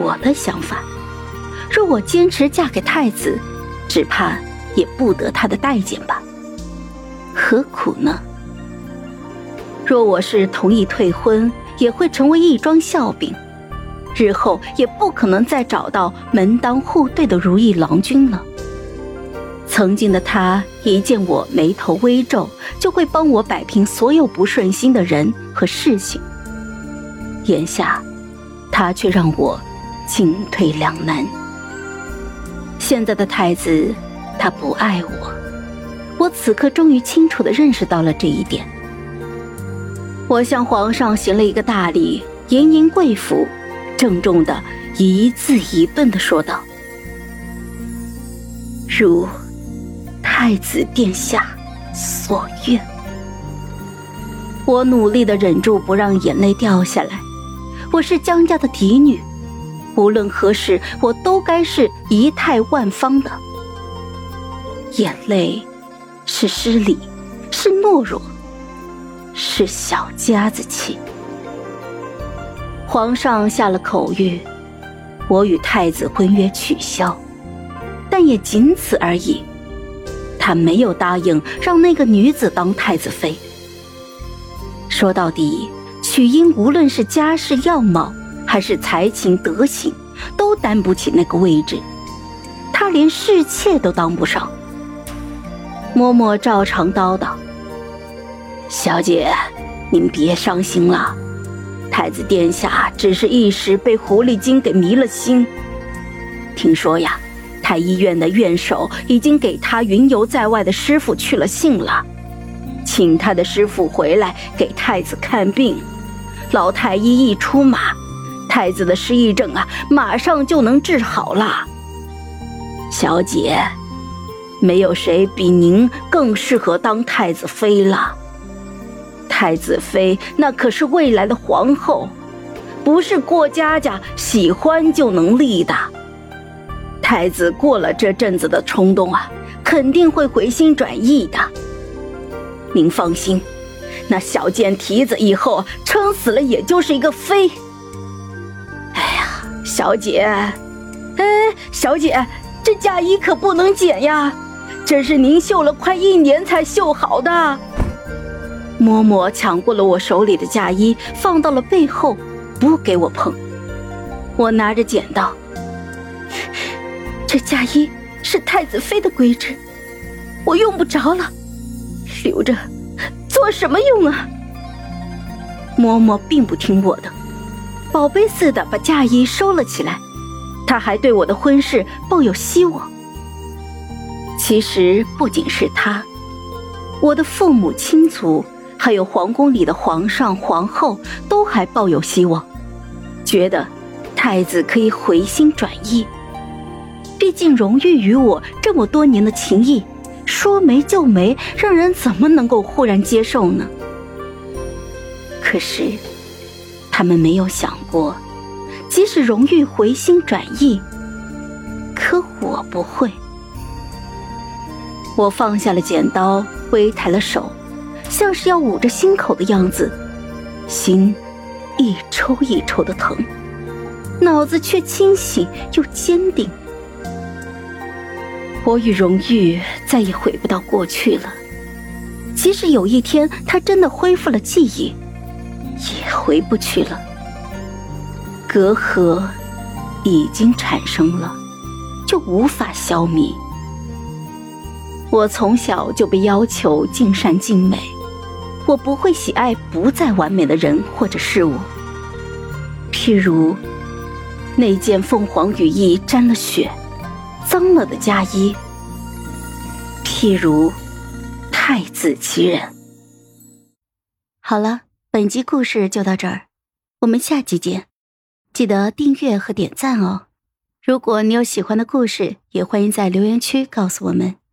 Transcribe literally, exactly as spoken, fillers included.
我的想法。若我坚持嫁给太子，只怕也不得他的待见吧。何苦呢？若我是同意退婚，也会成为一桩笑柄，日后也不可能再找到门当户对的如意郎君了。曾经的他一见我眉头微皱，就会帮我摆平所有不顺心的人和事情，眼下他却让我进退两难。现在的太子，他不爱我，我此刻终于清楚地认识到了这一点。我向皇上行了一个大礼，严迎贵府，郑重地一字一顿地说道：如太子殿下所愿。我努力地忍住不让眼泪掉下来。我是江家的嫡女，无论何时我都该是仪态万方的。眼泪是失礼，是懦弱，是小家子气。皇上下了口谕，我与太子婚约取消，但也仅此而已。他没有答应让那个女子当太子妃。说到底，曲英无论是家世样貌，还是才情德行，都担不起那个位置，她连侍妾都当不上。嬷嬷照常叨叨：小姐，您别伤心了，太子殿下只是一时被狐狸精给迷了心。听说呀，太医院的院守已经给他云游在外的师傅去了信了，请他的师傅回来给太子看病。老太医一出马，太子的失忆症啊，马上就能治好了。小姐，没有谁比您更适合当太子妃了。太子妃那可是未来的皇后，不是过家家喜欢就能立的。太子过了这阵子的冲动啊，肯定会回心转意的。您放心，那小贱蹄子以后撑死了也就是一个妃。哎呀，小姐，哎，小姐，这嫁衣可不能剪呀，这是您绣了快一年才绣好的。嬷嬷抢过了我手里的嫁衣，放到了背后，不给我碰。我拿着剪刀，这嫁衣是太子妃的规制，我用不着了，留着做什么用啊？嬷嬷并不听我的，宝贝似的把嫁衣收了起来。她还对我的婚事抱有希望。其实不仅是她，我的父母亲族，还有皇宫里的皇上皇后都还抱有希望，觉得太子可以回心转意。毕竟荣誉与我这么多年的情谊，说没就没，让人怎么能够忽然接受呢？可是他们没有想过，即使荣誉回心转意，可我不会。我放下了剪刀，微抬了手，像是要捂着心口的样子，心一抽一抽的疼，脑子却清醒又坚定。我与荣誉再也回不到过去了，即使有一天他真的恢复了记忆，也回不去了。隔阂已经产生了，就无法消弭。我从小就被要求尽善尽美，我不会喜爱不再完美的人或者事物。譬如那件凤凰羽翼沾了血脏了的嫁衣，譬如太子其人。好了，本集故事就到这儿，我们下集见，记得订阅和点赞哦。如果你有喜欢的故事，也欢迎在留言区告诉我们。